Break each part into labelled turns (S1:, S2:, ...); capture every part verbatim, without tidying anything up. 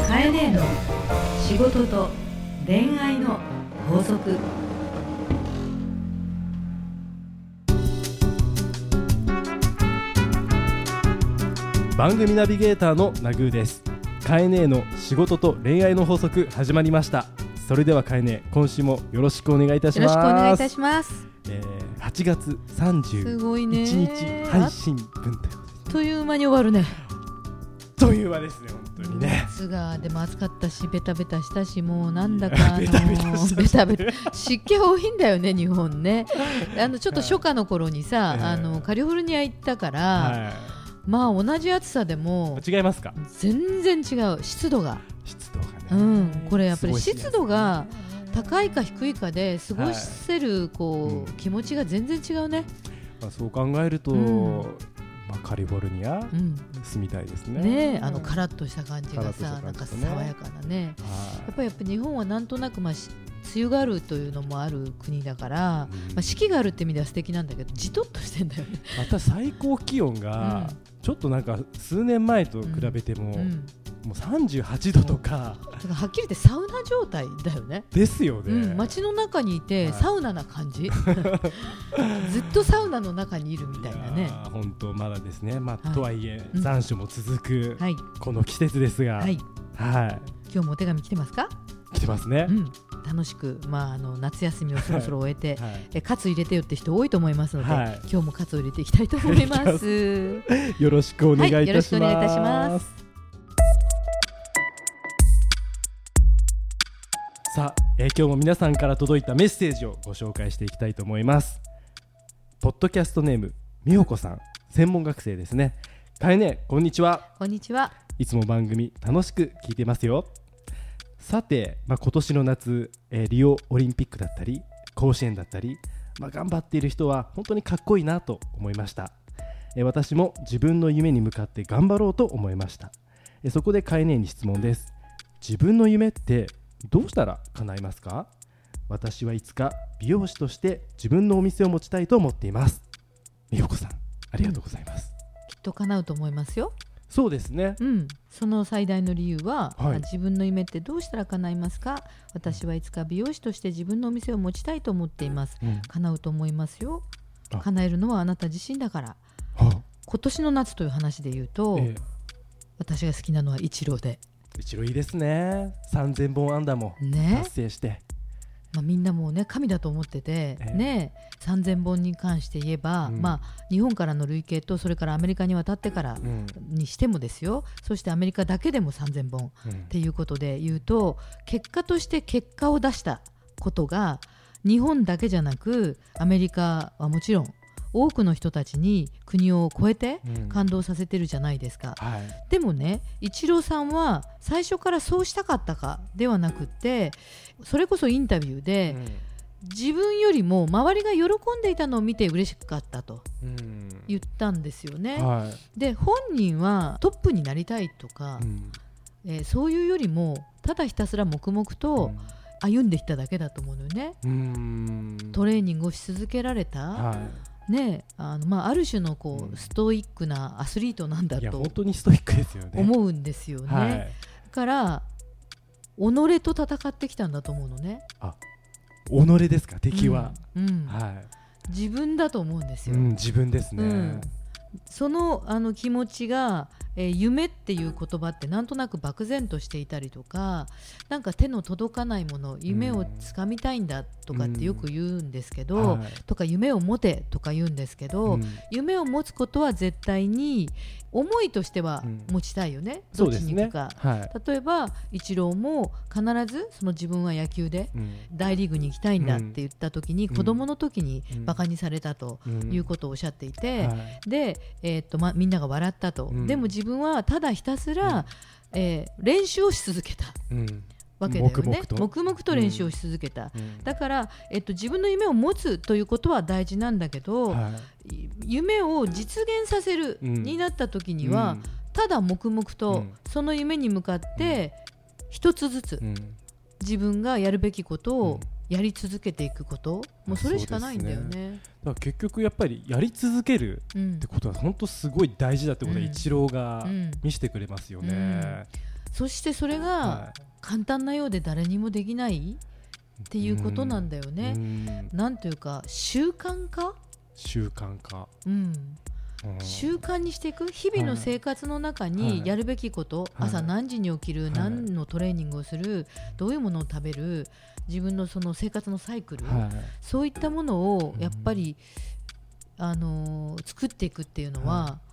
S1: かえねえの仕事と恋愛の法則。
S2: 番組ナビゲーターのナグーです。かえねえの仕事と恋愛の法則始まりました。それではかえねえ、今週もよろしくお願いいたします。
S3: よろしくお願いいたします。
S2: えー、はちがつさんじゅういちにち配信分ということですね。
S3: という間に終わるね。
S2: という間ですね、本当にね。
S3: 夏がでも暑かったし、ベタベタしたし、もうなんだかあのベタベタしたし、ベタベタ湿気多いんだよね、日本ね。あのちょっと初夏の頃にさ、はい、あのカリフォルニア行ったから、はい、まあ同じ暑さでも
S2: 違いますか？
S3: 全然違う。湿度が
S2: 湿度がね、
S3: うん、これやっぱり湿度が高いか低いかで過ごせるこう、はいうん、気持ちが全然違うね。
S2: まあ、そう考えると、うんまあ、カリフォルニア、うん、住みたいですね。
S3: ねえ、あのカラッとした感じがさ、なんか爽やかなね。やっぱりやっぱ日本はなんとなくまあ梅雨があるというのもある国だから、うんまあ、四季があるって意味では素敵なんだけど、じとっとしてんだよね。
S2: また最高気温がちょっとなんか数年前と比べても、うんうん、もうさんじゅうはちどとか、
S3: だからはっきり言ってサウナ状態だよね。
S2: ですよね、
S3: うん、街の中にいて、はい、サウナな感じずっとサウナの中にいるみたいなね。
S2: 本当まだですね、まあはい、とはいえ、うん、残暑も続く、はい、この季節ですが、はいはい、
S3: 今日もお手紙来てますか？
S2: 来てますね、うん、
S3: 楽しく、まあ、あの夏休みをそろそろ終えて、はい、えカツ入れてよって人多いと思いますので、はい、今日もカツを入れていきたいと思います
S2: よろしくお願いいたします、はい、
S3: よろしくお願いいたします。
S2: さあ、えー、今日も皆さんから届いたメッセージをご紹介していきたいと思います。ポッドキャストネームみほこさん、専門学生ですね。かえね、こんにちは。
S3: こんにちは。
S2: いつも番組楽しく聞いてますよ。さて、まあ、今年の夏、えー、リオオリンピックだったり甲子園だったり、まあ、頑張っている人は本当にかっこいいなと思いました。えー、私も自分の夢に向かって頑張ろうと思いました。えー、そこでかえねえに質問です。自分の夢ってどうしたら叶いますか？私はいつか美容師として自分のお店を持ちたいと思っています。みほこさん、ありがとうございます。
S3: うん、きっと叶うと思いますよ。
S2: そうですね、
S3: うん、その最大の理由は、はい、自分の夢ってどうしたら叶いますか？私はいつか美容師として自分のお店を持ちたいと思っています。うん、叶うと思いますよ。叶えるのはあなた自身だから。今年の夏という話で言うと、ええ、私が好きなのはイチローで。
S2: イチローいいですね。さんぜんぼん安打も達成して、ね
S3: まあ、みんなもうね神だと思ってて、えーね、さんぜんぼんに関して言えば、うんまあ、日本からの累計とそれからアメリカに渡ってからにしてもですよ、うん、そしてアメリカだけでもさんぜんぼん、うん、っていうことで言うと、結果として結果を出したことが日本だけじゃなくアメリカはもちろん多くの人たちに国を越えて感動させてるじゃないですか。うんはい、でもね、イチローさんは最初からそうしたかったかではなくって、それこそインタビューで、うん、自分よりも周りが喜んでいたのを見て嬉しかったと言ったんですよね。うんはい、で本人はトップになりたいとか、うんえー、そういうよりもただひたすら黙々と歩んでいっただけだと思うのよね。うん、トレーニングをし続けられた、はいね、あのまあ、ある種のこう、うん、ストイックなアスリートなんだと。
S2: いや本当にストイックですよね。
S3: 思うんですよね。はい、だから己と戦ってきたんだと思うのね。
S2: あ、己ですか？敵は、
S3: うんうんはい、自分だと思うんですよ。うん、
S2: 自分ですね。うん、
S3: その、あの気持ちが、えー、夢っていう言葉ってなんとなく漠然としていたりとか、なんか手の届かないもの、夢をつかみたいんだとかってよく言うんですけど、うんはい、とか夢を持てとか言うんですけど、うん、夢を持つことは絶対に思いとしては持ちたいよね、うん、どっちに行くか、ねはい、例えばイチローも必ずその自分は野球で大リーグに行きたいんだって言った時に、うん、子供の時にバカにされたということをおっしゃっていて、うんはい、で、えーっとま、みんなが笑ったと、うん、でも自分はただひたすら、うんえー、練習をし続けた、うんわけだよね。黙々と、黙々と練習をし続けた、うん、だから、えっと、自分の夢を持つということは大事なんだけど、はい、夢を実現させる、うん、になった時には、うん、ただ黙々とその夢に向かって一つずつ、うん、自分がやるべきことをやり続けていくこと、もうそれしかないんだよ ね, ね
S2: だから結局やっぱりやり続けるってことは本当すごい大事だってことはイチローが見せてくれますよね、うんうん、
S3: そしてそれが
S2: は
S3: 簡単なようで誰にもできないっていうことなんだよ
S2: い、
S3: ね。
S2: うん
S3: なんというか習慣化、
S2: 習慣化、
S3: うん、
S2: うん
S3: 習慣にしていく日々の生活の中にやるべきこと、
S2: はい
S3: 朝何時に起きる、
S2: はい、
S3: 何のトレーニングをする、どういうものを食べる、自分のその生活のサイクル、
S2: はい、
S3: そういったものをやっぱり、うん、あのー、作っていくっていうのは、はい、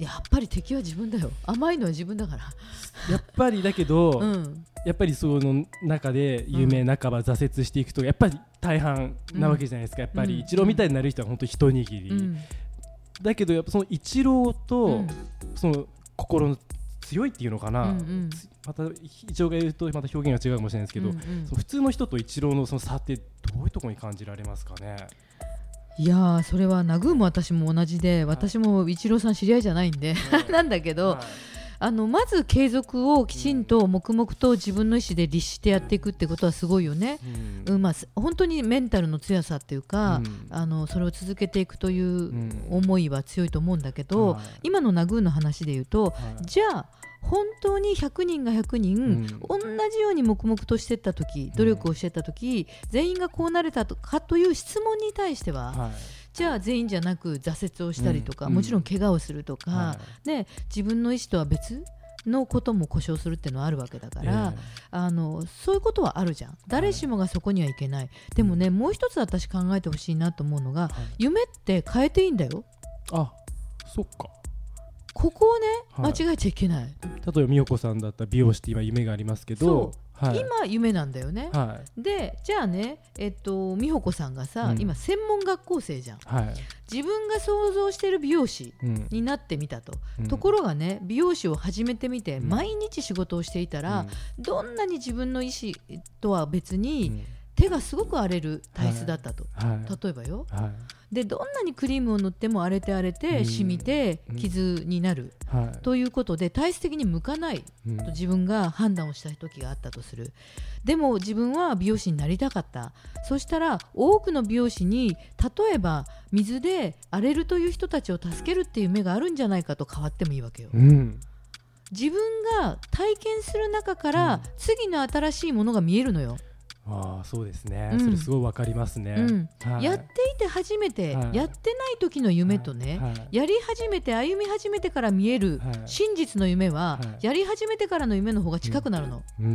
S3: やっぱり敵は自分だよ。甘いのは自分だから
S2: やっぱりだけど、
S3: うん、
S2: やっぱりその中で夢半ば挫折していくとやっぱり大半なわけじゃないですか、うん、やっぱりイチローみたいになる人は本当一握り、うん、だけどやっぱそのイチローと、うん、その心の強いっていうのかな、うんうん、またイチローが言うとまた表現が違うかもしれないですけど、うんうん、その普通の人とイチローのその差ってどういうところに感じられますかね。
S3: いやー、それはナグーも私も同じで、はい、私もイチローさん知り合いじゃないんで、はい、なんだけど、はい、あのまず継続をきちんと黙々と自分の意思で律してやっていくってことはすごいよね、うんうんまあ、本当にメンタルの強さっていうか、うん、あのそれを続けていくという思いは強いと思うんだけど、うんはい、今のナグーの話で言うと、はい、じゃあ本当にひゃくにんがひゃくにん、うん、同じように黙々としていった時、努力をしていった時、うん、全員がこうなれたかという質問に対しては、はい、じゃあ全員じゃなく挫折をしたりとか、うん、もちろん怪我をするとか、はい、で自分の意思とは別のことも故障するっていうのはあるわけだから、えー、あのそういうことはあるじゃん。誰しもがそこにはいけない、はい、でもね、もう一つ私考えてほしいなと思うのが、はい、夢って変えていいんだよ。
S2: あ、そっか。こ
S3: こをね、はい、間違えちゃいけない。
S2: 例えば美代子さんだったら美容師って今夢がありますけど、
S3: はい、今夢なんだよね、
S2: はい、
S3: でじゃあね、えっと、美穂子さんがさ、うん、今専門学校生じゃん、はい、自分が想像している美容師になってみたと、うん、ところがね、美容師を始めてみて、うん、毎日仕事をしていたら、うん、どんなに自分の意思とは別に、うん、手がすごく荒れる体質だったと、はい、例えばよ、はい、でどんなにクリームを塗っても荒れて荒れて染みて傷になる、うんはい、ということで体質的に向かないと自分が判断をした時があったとする。でも自分は美容師になりたかった。そしたら多くの美容師に例えば水で荒れるという人たちを助けるっていう目があるんじゃないかと変わってもいいわけよ、うん、自分が体験する中から次の新しいものが見えるのよ。
S2: ああ、そうですね、うん、それすごいわかりますね、うん
S3: はい、やっていて初めて、はい、やってない時の夢とね、はい、やり始めて歩み始めてから見える真実の夢は、はい、やり始めてからの夢の方が近くなるの、うん、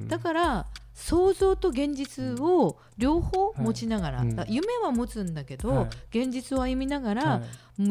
S3: だから想像と現実を両方持ちながら、はい、夢は持つんだけど、はい、現実を歩みながら、はい、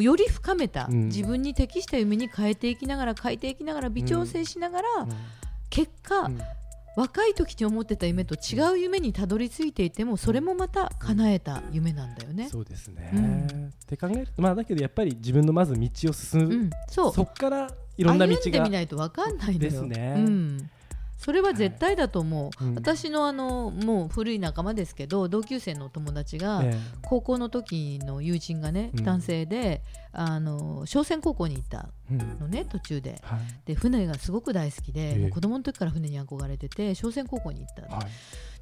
S3: より深めた、うん、自分に適した夢に変えていきながら変えていきながら微調整しながら、うん、結果、うん、若い時に思ってた夢と違う夢にたどり着いていてもそれもまた叶えた夢なんだよね、
S2: うん、そうですね、うん、って考えると、まあ、だけどやっぱり自分のまず道を進む、うん、そうそっからいろんな道が
S3: 歩んでみないと分かんないんだよ
S2: ですね、
S3: うんそれは絶対だと思う、はい、私のあのもう古い仲間ですけど同級生の友達が、えー、高校の時の友人がね、うん、男性であの商船高校に行ったのね、うん、途中で、はい、で船がすごく大好きで、えー、もう子供の時から船に憧れてて商船高校に行った、はい、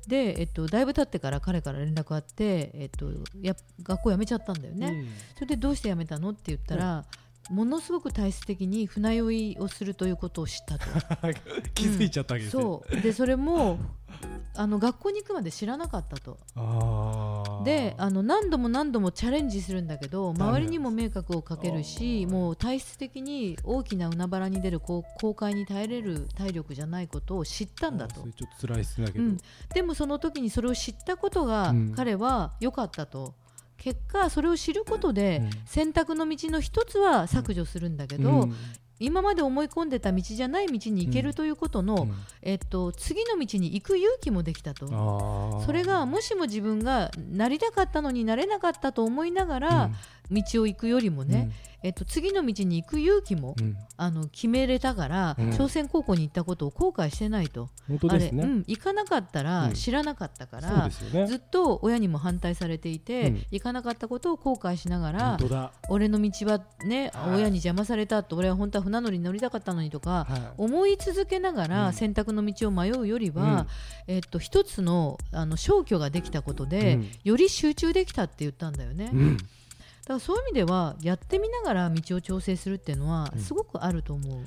S3: で、えっと、だいぶ経ってから彼から連絡あって、えっと、や学校辞めちゃったんだよね、うん、それでどうして辞めたのって言ったら、うんものすごく体質的に船酔いをするということを知ったと
S2: 気づいちゃったわけですね、うん、
S3: そうでそれもあの学校に行くまで知らなかったとあであの何度も何度もチャレンジするんだけど周りにも迷惑をかけるしもう体質的に大きな海原に出る航海に耐えれる体力じゃないことを知ったんだと
S2: それちょっと辛いっすねだけど、
S3: うん、でもその時にそれを知ったことが彼は良かったと、うん結果それを知ることで選択の道の一つは削除するんだけど、うん、今まで思い込んでた道じゃない道に行けるということの、うんえっと、次の道に行く勇気もできたとそれがもしも自分がなりたかったのになれなかったと思いながら、うん、道を行くよりもね、うんえっと、次の道に行く勇気も、うん、あの決めれたから、うん、朝鮮高校に行ったことを後悔してないと
S2: 本当ですね、
S3: あれ、うん、行かなかったら、うん、知らなかったから、ね、ずっと親にも反対されていて、うん、行かなかったことを後悔しながら俺の道は、ねはい、親に邪魔されたと俺は本当は船乗りに乗りたかったのにとか、はい、思い続けながら、うん、選択の道を迷うよりは、うんえっと、一つ の, あの消去ができたことで、うん、より集中できたって言ったんだよね、うんだからそういう意味ではやってみながら道を調整するっていうのはすごくあると思う、うん、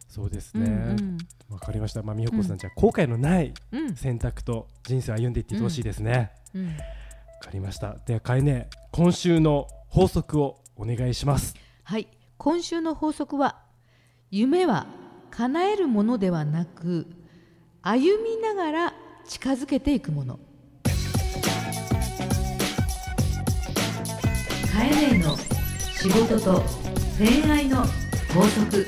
S2: そうですね、
S3: うんうん、
S2: わかりました。まあ、美穂子さん、うん、じゃあ後悔のない選択と人生を歩んでいってほしいですね。わ、うんうん、かりました。ではかえね、今週の法則をお願いします。
S3: はい、今週の法則は、夢は叶えるものではなく歩みながら近づけていくもの。
S1: かえねえの仕事と恋愛の法則。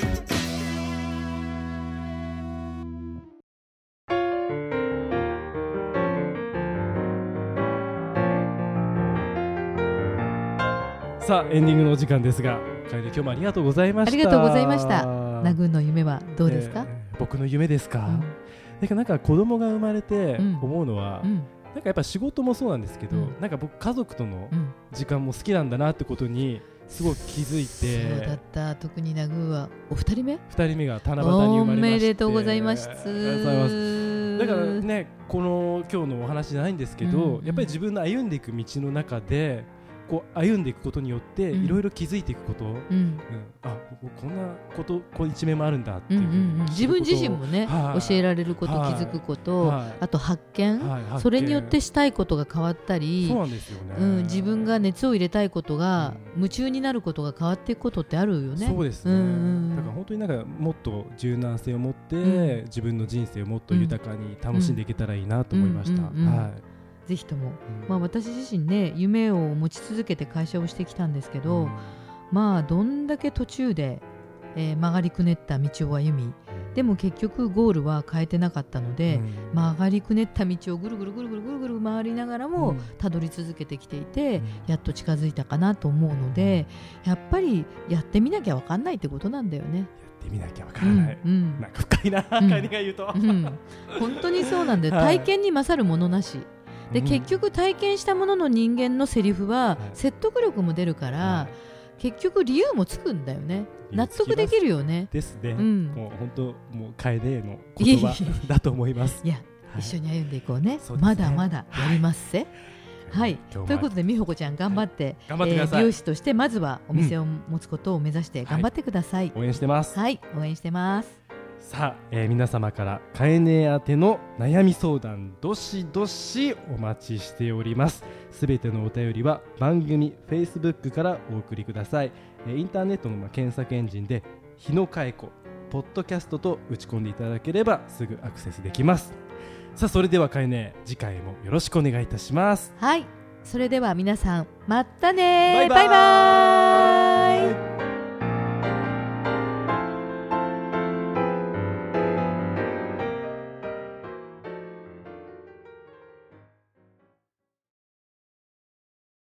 S2: さあエンディングのお時間ですが、かえね、今日もありがとうございました。
S3: ありがとうございました。ナグーの夢はどうですか？
S2: えー、僕の夢ですか、うん、なんかなんか子供が生まれて思うのは、うんうん、なんかやっぱ仕事もそうなんですけど、うん、なんか僕家族との時間も好きなんだなってことにすごく気づいて、
S3: そうだった。特にナグーはお二人目
S2: 二人目が七夕に生まれまして、
S3: おめでとうございます。
S2: だからね、この今日のお話じゃないんですけど、うん、やっぱり自分の歩んでいく道の中でこう歩んでいくことによっていろいろ気づいていくこと、うんうん、あ、こんなことこう一面もあるんだっていう、うんうん、
S3: 自分自身もね、はあ、教えられること、はあ、気づくこと、はあ、あと発見、はあ、それによってしたいことが変わったり、
S2: そうなんですよね、
S3: うん、自分が熱を入れたいことが、うん、夢中になることが変わっていくことってあるよね。
S2: そうですね、うんうん、だから本当になんかもっと柔軟性を持って、うん、自分の人生をもっと豊かに楽しんでいけたらいいなと思いました。
S3: ぜひとも、うん、まあ、私自身ね、夢を持ち続けて会社をしてきたんですけど、うん、まあどんだけ途中で、えー、曲がりくねった道を歩み、でも結局ゴールは変えてなかったので、うん、曲がりくねった道をぐるぐるぐるぐるぐるぐる回りながらもたどり続けてきていて、うん、やっと近づいたかなと思うので、やっぱりやってみなきゃ分かんないってことなんだよね。
S2: やってみなきゃ分からない、うんうん、なんか深いな、カニが言うと、うんうん、
S3: 本当にそうなんだよ。体験に勝るものなしで、結局体験したものの人間のセリフは説得力も出るから、はい、結局理由もつくんだよね。納得できるよね。
S2: ですね、うん、もう本当もう楓の言葉だと思います。
S3: いや、はい、一緒に歩んでいこうね。うね、まだまだやりますせ、はい、はい、ということで美穂子ちゃん頑張って、
S2: はい、頑張ってください。
S3: えー、美容師としてまずはお店を持つことを目指して頑張ってください、
S2: はい、応援してます。
S3: はい、応援してます。
S2: さあ、えー、皆様からかえね宛ての悩み相談どしどしお待ちしております。すべてのお便りは番組 Facebook からお送りください。えー、インターネットの検索エンジンで日野佳恵子ポッドキャストと打ち込んでいただければすぐアクセスできます。さあ、それではかえね、次回もよろしくお願いいたします。
S3: はい、それでは皆さんまたね。バイバイ。バイバイ。